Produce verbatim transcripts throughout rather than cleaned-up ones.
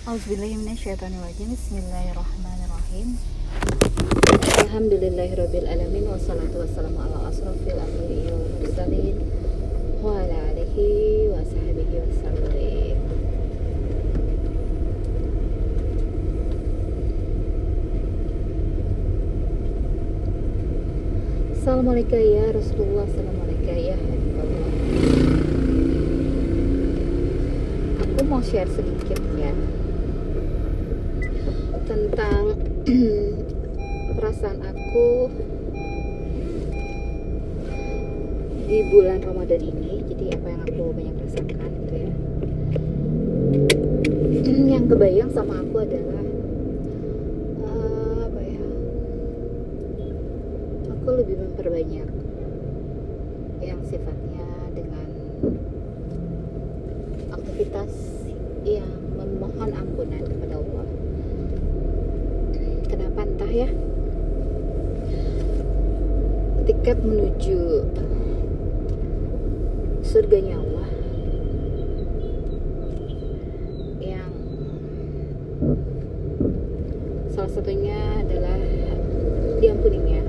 Auzubillahiminasyaitonirrajim. Bismillahirrahmanirrahim. Alhamdulillahirabbil alamin wassalatu wassalamu ala asrofil anbiya'i wal mursalin wa ala alihi wa sahbihi wasallim. Assalamualaikum ya Rasulullah, assalamualaikum ya Habibullah. Aku mau share sedikit ya tentang perasaan aku di bulan Ramadan ini. Jadi apa yang aku banyak rasakan gitu ya. Yang kebayang sama aku adalah uh, apa ya? Aku lebih memperbanyak yang sifatnya dengan aktivitas yang memohon ampunan kepada Allah. Kenapa entah ya, tiket menuju surganya Allah yang salah satunya adalah diampuninya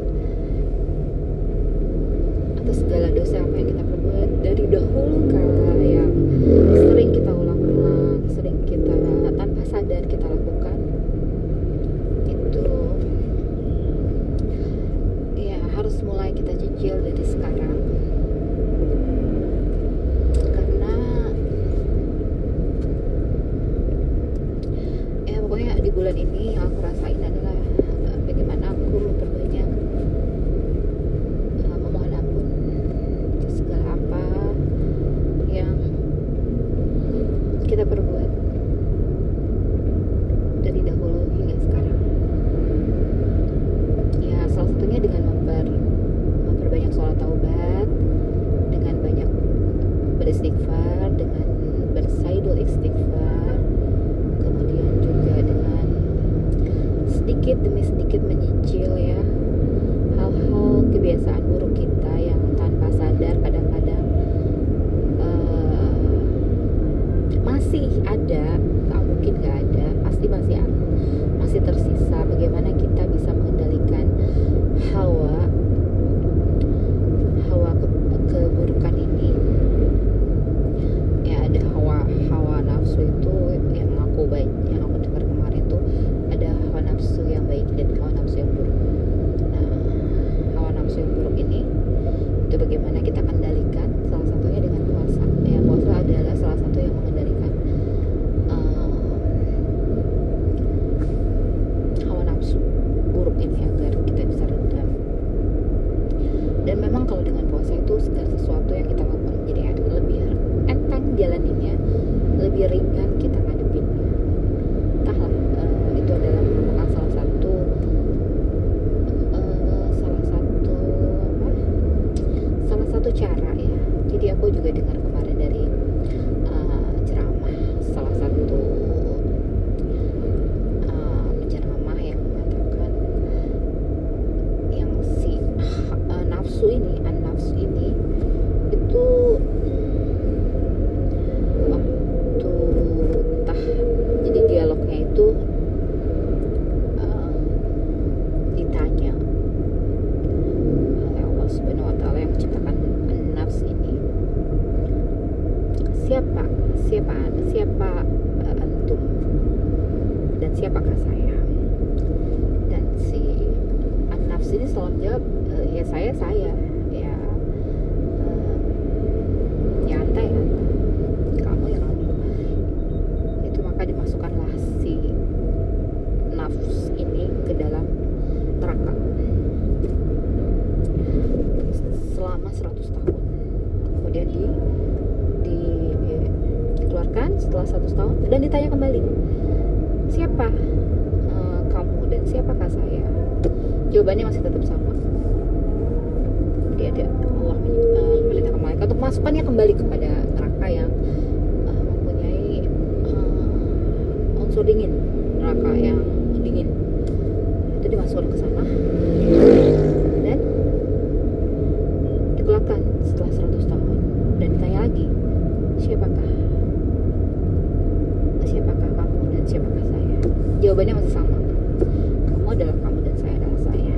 atas segala dosa apa yang kita perbuat dari dahulu kala, yang sering kita ulang-ulang, sering kita tanpa sadar kita lakukan. Harus mulai kita cicil dari sekarang, karena ya pokoknya di bulan ini yang aku rasain adalah bagaimana aku memperbanyak uh, memohon ampun atas segala apa yang kita perbuat dari dahulu hingga sekarang. Ya salah satunya dengan memper memperbanyak sholat taubat, dengan banyak beristighfar, dengan bersaidul istighfar, kemudian juga dengan sedikit demi sedikit menyicil ya hal-hal kebiasaan buruk kita yang tanpa sadar kadang-kadang uh, masih ada, nggak mungkin nggak ada, pasti masih ada, masih tersisa. Bagaimana kita bisa mengendalikan hawa hawa ke, keburukan ini ya. Ada hawa hawa nafsu itu yang aku baik yang aku dengar kemarin tuh, ada hawa nafsu yang baik dan hawa nafsu yang buruk. Nah, hawa nafsu yang buruk ini itu bagaimana kita kendalikan? Salah satunya dengan puasa ya. Puasa adalah salah satu yang mengendalikan uh, hawa nafsu buruk ini agar kita bisa redam. Dan memang kalau dengan puasa itu segala sesuatu yang kita lakukan menjadi lebih enteng jalaninnya, lebih ringan kita ngadepinnya. Entahlah, uh, itu adalah merupakan salah satu uh, salah satu apa? Salah satu cara ya. Jadi aku juga dengar kemarin dari uh, ceramah salah satu uh, penceramah yang mengatakan yang si uh, nafsu ini, an-nafsu ini itu waktu entah, jadi dialognya itu uh, ditanya oleh Allah Subhanahu wa taala yang menciptakan an-nafs ini, siapa siapa siapa uh, antum dan siapakah saya? Dan si an-nafs ini selalu menjawab, uh, ya saya saya ya, uh, ya anta ya anta, kamu ya kamu. Itu maka dimasukkanlah si nafs ini ke dalam neraka selama seratus tahun. Kemudian di dikeluarkan setelah seratus tahun dan ditanya kembali, siapa uh, kamu dan siapakah saya? Jawabannya masih tetap sama. Dia ada Allah uh, memerintahkan malaikat untuk masukkannya kembali kepada neraka yang uh, mempunyai uh, unsur dingin, neraka yang dingin. Itu dimasukkan ke sana dan dikeluarkan setelah seratus tahun dan ditanya lagi, siapakah siapakah kamu jawabannya masih sama. Kamu adalah kamu dan saya adalah saya.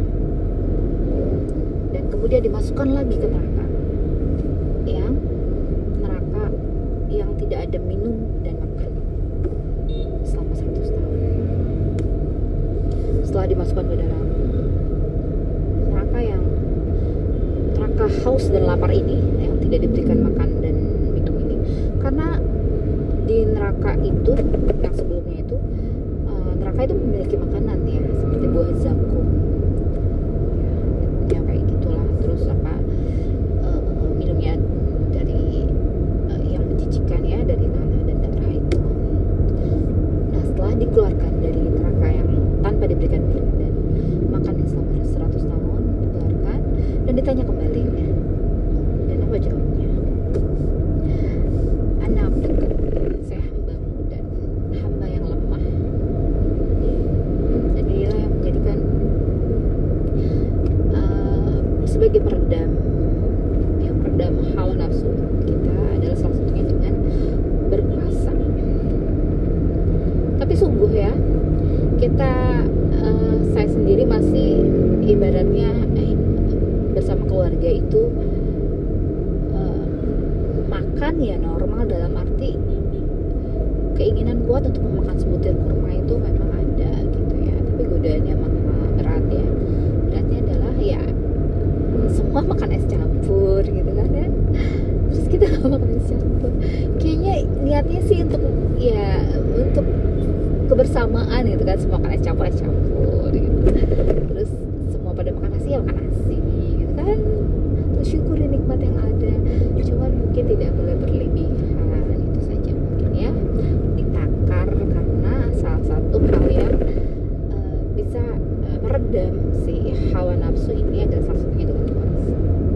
Dan kemudian dimasukkan lagi ke neraka, yang neraka yang tidak ada minum dan makan selama seratus tahun. Setelah dimasukkan ke dalam neraka yang neraka haus dan lapar ini, yang tidak diberikan makan dan minum ini, karena di neraka itu yang sebelumnya itu uh, neraka itu memiliki makanan ya, seperti buah zakum ya, ya kayak gitulah. Terus apa uh, minumnya dari uh, yang menjijikan ya, dari tanah dan darah itu. Nah, setelah dikeluarkan dari neraka yang tanpa diberikan minum dan makan selama seratus tahun, dikeluarkan dan ditanya kembali, dan apa jawabnya? Ana abduka, saya hambamu dan hamba yang lemah. Dan inilah yang menjadikan uh, sebagai peredam, yang peredam hawa nafsu kita adalah salah satunya dengan berpuasa. Tapi sungguh ya, kita uh, saya sendiri masih ibaratnya eh, bersama keluarga itu uh, makan ya normal, dalam arti keinginan kuat untuk memakan sebutir kurma itu memang ada gitu ya, tapi godaannya malah berat ya. Beratnya adalah ya semua makan es campur gitu kan ya, terus kita gak makan es campur. Kayaknya niatnya sih untuk ya untuk kebersamaan gitu kan, semua makan es campur es campur gitu. Terus semua pada makan nasi ya makan nasi gitu kan, terus syukuri nikmat yang ada. Cuman mungkin tidak boleh berlebihan, itu saja mungkin ya, ditakar, karena salah satu hal yang uh, bisa uh, meredam si hawa nafsu ini adalah salah satunya dengan puasa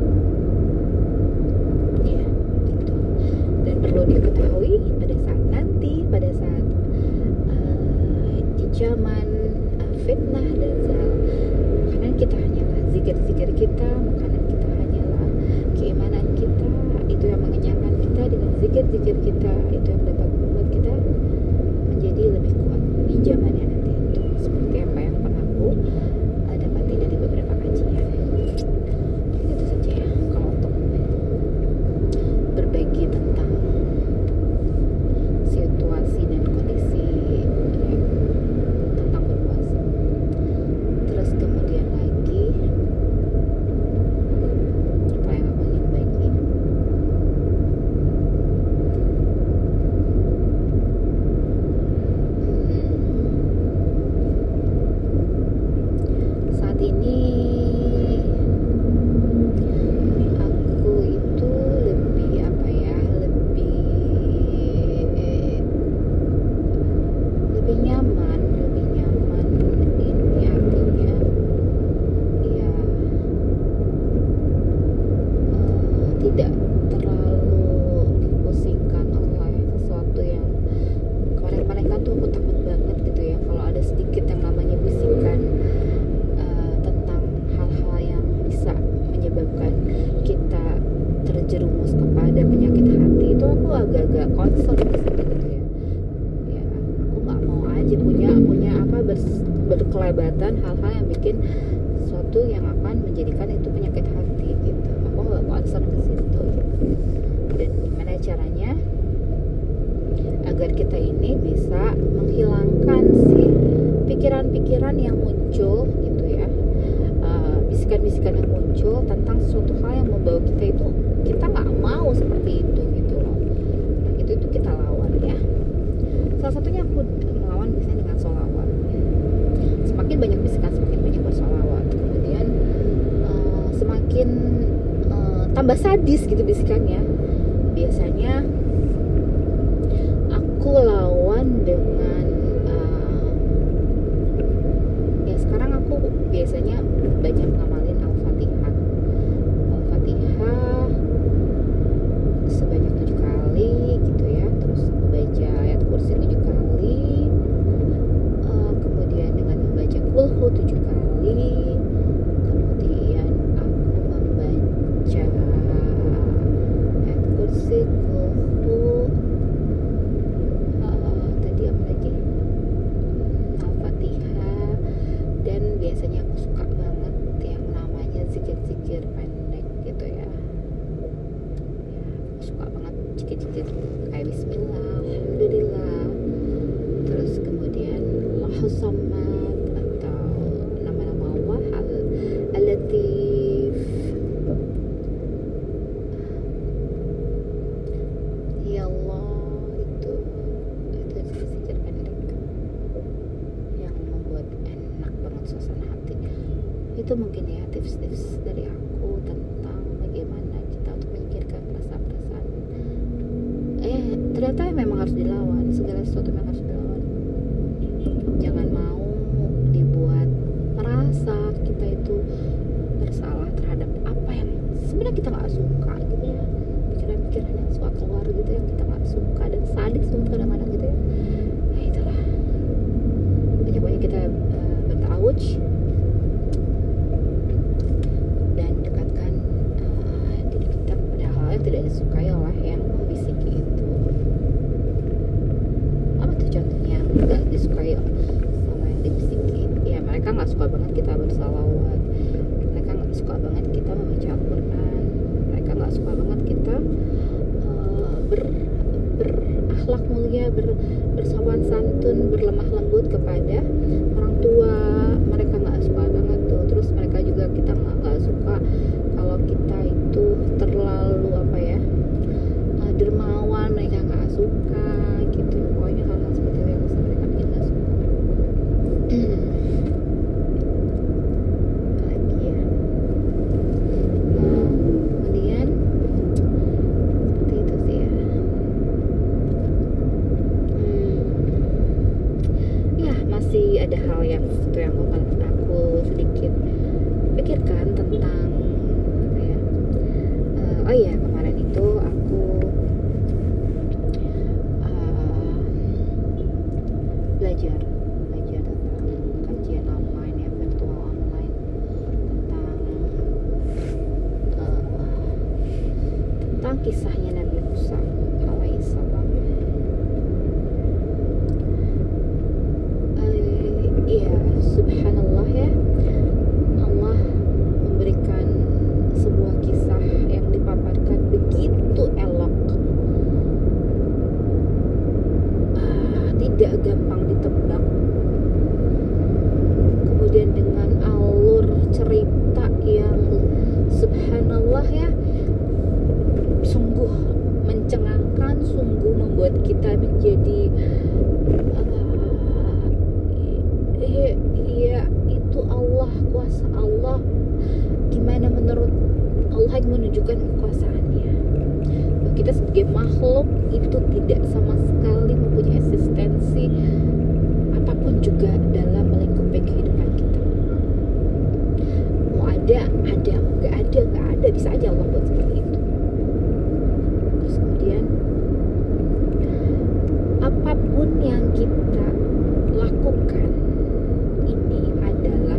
ya gitu. Dan perlu diketahui pada saat nanti, pada saat uh, di zaman uh, fitnah dan zal, makanan kita hanyalah zikir-zikir kita, makanan kita hanyalah keimanan kita, itu yang mengenyangkan kita. Dengan zikir-zikir kita itu yang dapat membuat kita menjadi lebih kuat di zamannya nanti itu, seperti apa yang pernah aku uh, dapati dari beberapa kajian. Itu saja ya kalau untuk berbagi tentang situasi dan kondisi ya, tentang berpuasa. Terus kemudian lagi apa yang aku ingin bagi, saat ini aku itu lebih apa ya, lebih lebih nyaman, lebih nyaman ini artinya ya eh, tidak terlalu dipusingkan oleh sesuatu yang kemarin-kemarin kan tuh aku takut banget gitu ya, kalau ada sedikit yang namanya bisikan eh, tentang hal-hal yang bisa menyebabkan kita terjerumus kepada penyakit hati, itu aku agak-agak concern di situ gitu ya. Ya aku nggak mau aja punya punya apa bers- berkelebatan hal-hal yang bikin sesuatu yang akan menjadikan itu penyakit hati gitu. Aku nggak concern ke situ gitu. Dan gimana caranya agar kita ini bisa menghilangkan si pikiran-pikiran yang muncul gitu ya, uh, bisikan-bisikan yang muncul tentang suatu hal yang membawa kita itu, kita nggak mau seperti itu gitu loh. Nah, itu itu kita lawan ya. Salah satunya aku melawan biasanya dengan sholawat. Semakin banyak bisikan, semakin banyak bersholawat. Kemudian uh, semakin uh, tambah sadis gitu bisikannya. Biasanya aku lawan dengan uh, ya sekarang aku biasanya banyak ngamalin Al-Fatihah. Al-Fatihah sebanyak tujuh kali gitu ya. Terus aku baca ayat kursi tujuh kali. Uh, kemudian dengan membaca kulhu tujuh kali. Kemudian aku membaca ayat kursi, kulhu, kayak bismillah, alhamdulillah, terus kemudian Allahus Samad atau nama-nama Allah Al-Latif, ya Allah, itu itu zikir pendek yang membuat enak banget suasana hati. Itu mungkin ya tips-tips dari aku tentang bagaimana kita untuk menyingkirkan perasaan-perasaan eh ternyata memang harus dilawan, segala sesuatu memang harus dilawan. Jangan mau dibuat merasa kita itu bersalah terhadap apa yang sebenarnya kita nggak suka gitu ya, pikiran-pikiran yang suka keluar gitu yang kita nggak suka dan sadis banget kadang-kadang gitu ya. Ya itulah, banyak-banyak kita uh, bertawuj dan dekatkan uh, diri kita pada hal yang tidak disukai oleh yang membisiki itu. Apa tuh contohnya yang nggak disukai sama yang dibisiki? Ya mereka nggak suka banget kita bersalawat, mereka nggak suka banget kita membaca Al-Quran, mereka nggak suka banget kita uh, ber berakhlak mulia, ber, bersopan santun, berlemah lembut kepada orang tua. Mereka nggak suka banget tuh. Terus mereka juga kita nggak nggak suka kalau kita itu terlalu apa ya uh, dermawan, mereka nggak suka gitu. Pokoknya hal-hal seperti itu yang bisa mereka bikin nggak suka. Lagi ya. Nah, kemudian seperti itu sih ya. Hmm, ya masih ada hal yang itu yang aku, aku sedikit pikirkan tentang apa ya. Uh, oh iya kemarin itu aku uh, belajar belajar tentang kajian online ya, virtual online, tentang uh, tentang kisahnya Nabi Musa alaihissalam. Uh, iya subhanallah ya, Allah memberikan sebuah kisah yang dipaparkan begitu elok, uh, tidak gampang ditebak, kemudian dengan alur cerita yang subhanallah ya, sungguh mencengangkan, sungguh membuat kita menjadi uh, iya, iya itu Allah, kuasa Allah, gimana menurut Allah yang menunjukkan kekuasaannya. Kita sebagai makhluk itu tidak sama sekali mempunyai eksistensi apapun juga dalam melingkupi kehidupan kita. Mau ada, ada, mau gak ada, gak ada, bisa aja Allah buat seperti itu. Terus kemudian apapun yang kita lakukan ini adalah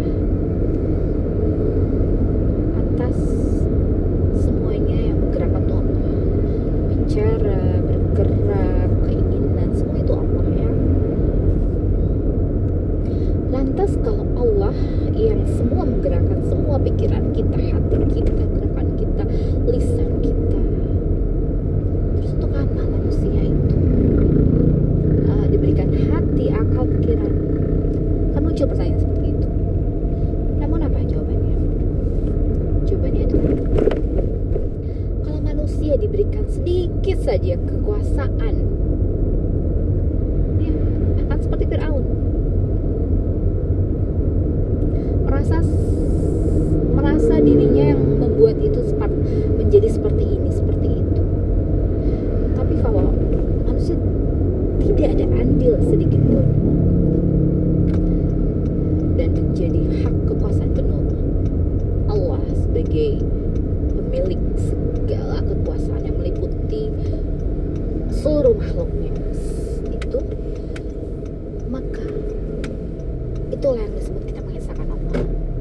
atas semuanya yang bergerak itu Allah. Bicara, bergerak, keinginan, semua itu Allah ya. Lantas kalau Allah yang semua menggerakkan semua pikiran kita, hati kita, gerakan kita, lisan kita, terus untuk apa manusia itu uh, diberikan hati, akal, pikiran? Kan muncul pertanyaan seperti itu. Namun apa jawabannya? Jawabannya adalah kalau manusia diberikan sedikit saja kekuasaan, ya akan seperti Fir'aun, merasa merasa dirinya yang membuat itu menjadi seperti ini, seperti itu. Tapi kalau manusia tidak ada andil sedikit pun dan menjadi hak kekuasaan penuh Allah sebagai pemilik segala kekuasaan yang meliputi seluruh makhluknya itu, maka itulah yang disebut kita mengesahkan Allah.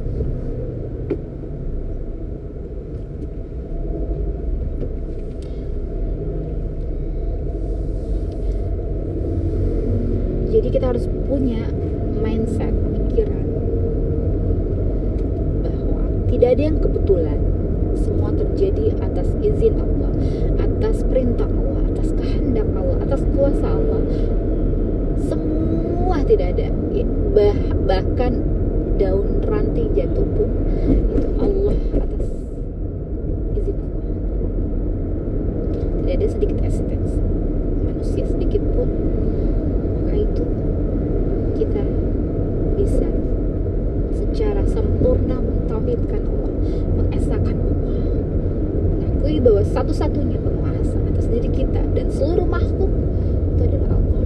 Jadi kita harus punya mindset, pikiran bahwa tidak ada yang kebetulan, semua terjadi atas izin Allah, atas atas perintah Allah, atas kehendak Allah, atas kuasa Allah. Semua tidak ada, bah, bahkan daun ranting jatuh pun itu Allah atas izin Allah. Tidak ada sedikit eksistensi manusia sedikit pun. Maka itu kita bisa secara sempurna mentauhidkan Allah, mengesahkan Allah, mengakui bahwa satu-satunya penguasa atas diri kita dan seluruh makhluk itu adalah Allah.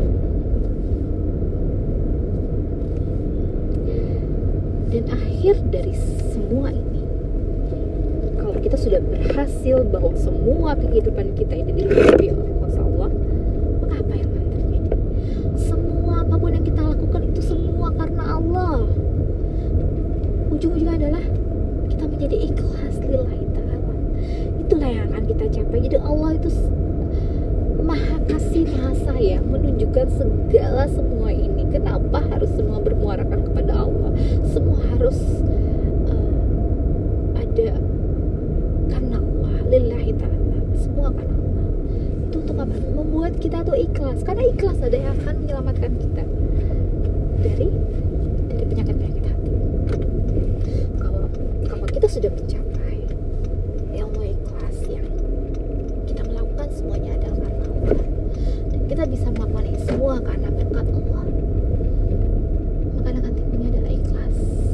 Dan akhir dari semua ini, kalau kita sudah berhasil bahwa semua kehidupan kita ini dilindungi oleh kuasa Allah, maka apa yang akan terjadi? Semua apapun yang kita lakukan itu semua karena Allah. Ujung-ujungnya adalah kita menjadi ikhlas lillahi ta'ala. Itulah yang akan kita capai. Jadi Allah itu maha kasih, maha sayang, menunjukkan segala semua ini. Kenapa harus semua bermuarakan kepada Allah? Semua harus uh, ada karena Allah, lillahi ta'ala. Semua karena Allah. Itu untuk apa? Membuat kita tuh ikhlas. Karena ikhlas ada yang akan menyelamatkan kita dari dari penyakit-penyakit hati. Kalau kalau kita sudah mencapai ilmu ikhlas yang kita melakukan semuanya adalah karena Allah, dan kita bisa melakukan ini semua karena berkat Allah, maka yang timbulnya adalah ikhlas.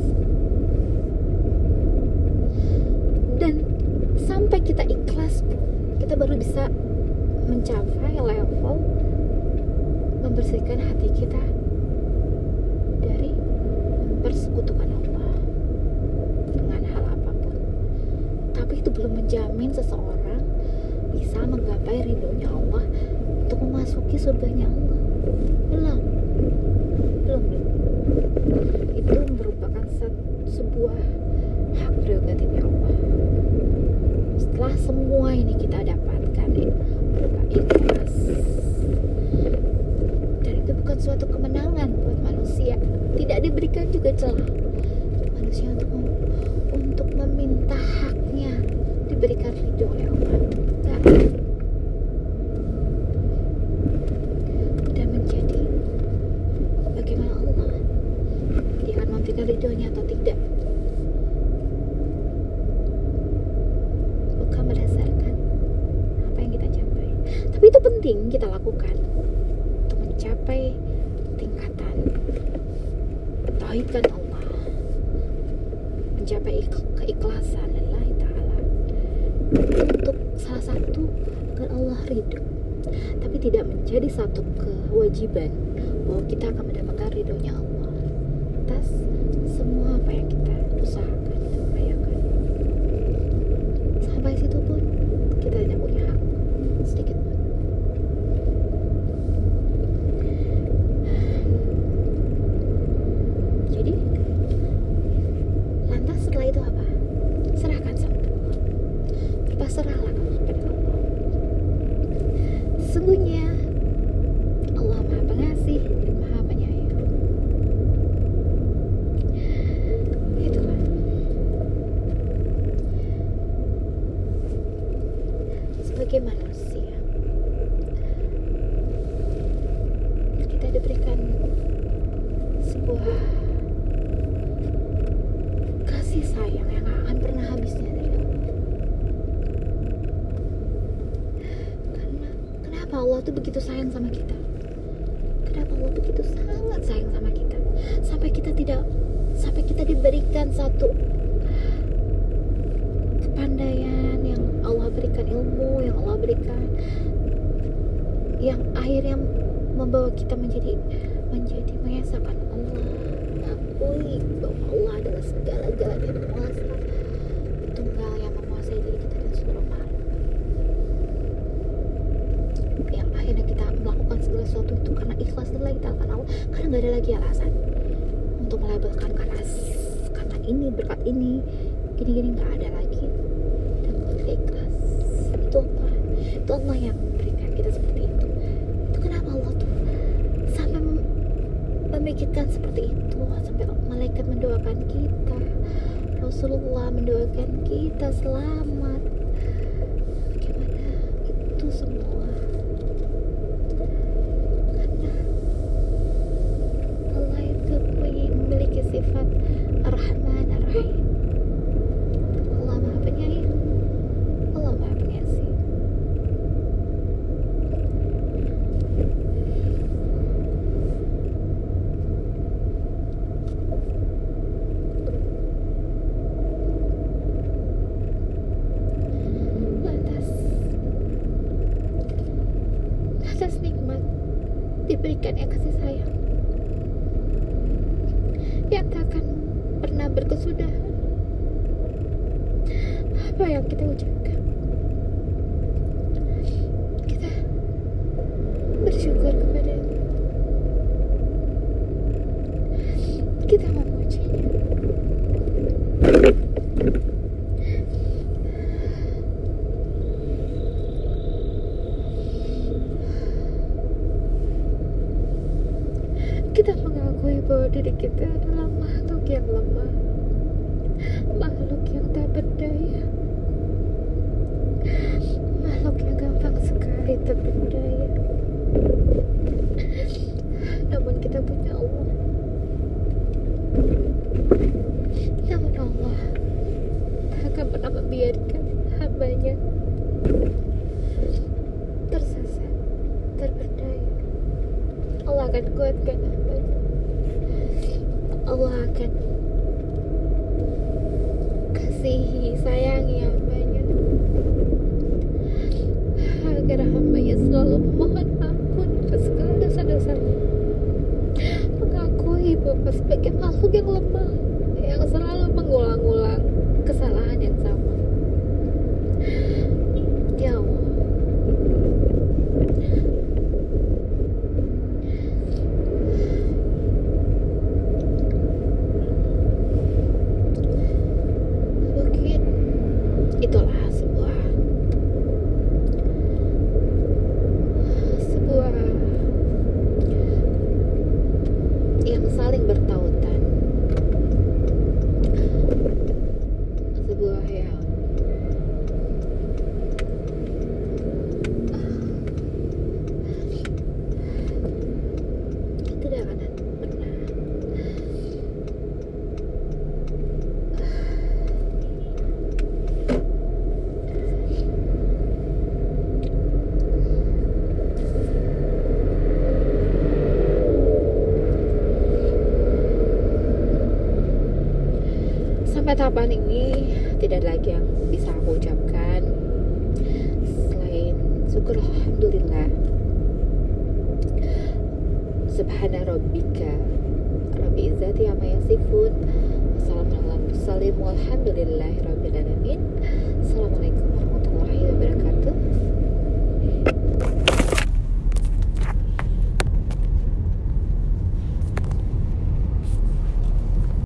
Dan sampai kita ikhlas, kita baru bisa mencapai level membersihkan hati kita dari mempersekutukan Allah dengan hal apapun. Tapi itu belum menjamin seseorang bisa menggapai ridhonya Allah untuk memasuki surganya Allah. Belum, belum, belum. Itu merupakan sebuah hak prerogatifnya Allah. Setelah semua ini kita dapatkan, ya, berupa ikhlas. Dan itu bukan suatu kemenangan buat manusia. Tidak diberikan juga celah manusia untuk untuk meminta haknya diberikan ridho oleh Allah. Nah, dan menjadi bagaimana Allah, dia akan memberikan ridhonya atau tidak, bukan berdasarkan apa yang kita capai. Tapi itu penting kita lakukan untuk mencapai tingkatan tauhidkan Allah, mencapai keikhlasan lillahi ta'ala, untuk salah satu agar Allah ridho, tapi tidak menjadi satu kewajiban bahwa kita akan mendapatkan ridhonya Allah atas semua apa yang kita usahakan, kita upayakan. Sampai situ pun kita tidak punya hak sedikit pun. Jadi lantas setelah itu apa? Serahkan sama Allah. Berpasrahlah kepada Allah. Sesungguhnya Allah Maha Pengasih dan Maha Penyayang. Itulah. Sebagai manusia, kita diberikan sebuah kasih sayang yang gak akan pernah habisnya dari Allah. Karena kenapa Allah tuh begitu sayang sama kita? Kenapa Allah begitu sangat sayang sama kita? Sampai kita tidak, sampai kita diberikan satu kepandaian yang Allah berikan, ilmu yang Allah berikan, yang akhirnya membawa kita menjadi menjadi mengesahkan Allah, mengakui bahwa Allah adalah segala-galanya penguasa, tunggal yang menguasai diri kita dan seluruh makhluk. Yang akhirnya kita melakukan segala sesuatu itu karena ikhlas dan lagi karena Allah, karena nggak ada lagi alasan untuk melabelkan karena karena ini berkat ini gini-gini, nggak ada lagi. Dan buat ikhlas itu apa? Itu Allah yang memberikan kita seperti itu. Itu kenapa Allah tuh sampai memikirkan seperti itu, sampai malaikat mendoakan kita, Rasulullah mendoakan kita selamat. Bagaimana itu semua. Karena Allah itu memiliki sifat Ar-Rahman Ar-Rahim. Allah Maha Penyayang, Allah Maha Pengasih. Lantas, atas nikmat diberikan yang kasih sayang yang tak akan pernah berkesudahan, apa yang kita ucapkan? Kita bersyukur kepadanya, kita memujinya. Kita mengakui bahwa diri kita adalah makhluk yang lemah, makhluk yang tak berdaya, makhluk yang gampang sekali terperdaya. Namun kita punya Allah. Namun Allah tak akan pernah membiarkan hambanya tersesat, terperdaya. Allah akan kuatkan hambanya. Allah akan kasihi, sayangi hambanya, agar hambanya selalu memohon ampun atas segala dosa-dosanya, mengakui bahwa sebagai makhluk yang lemah, yang selalu mengulang-ulang kesalahan yang sama. Ya Allah, mungkin itulah sebuah sebuah yang saling bertautan, sebuah yang tidak akan pernah sampai tahapan ini. Tidak ada lagi yang bisa aku ucapkan selain syukur alhamdulillah. Subhana rabbika rabbil izzati amma yasifun, wassalamu ala mursalin walhamdulillahi rabbil alamin. Assalamualaikum warahmatullahi wabarakatuh.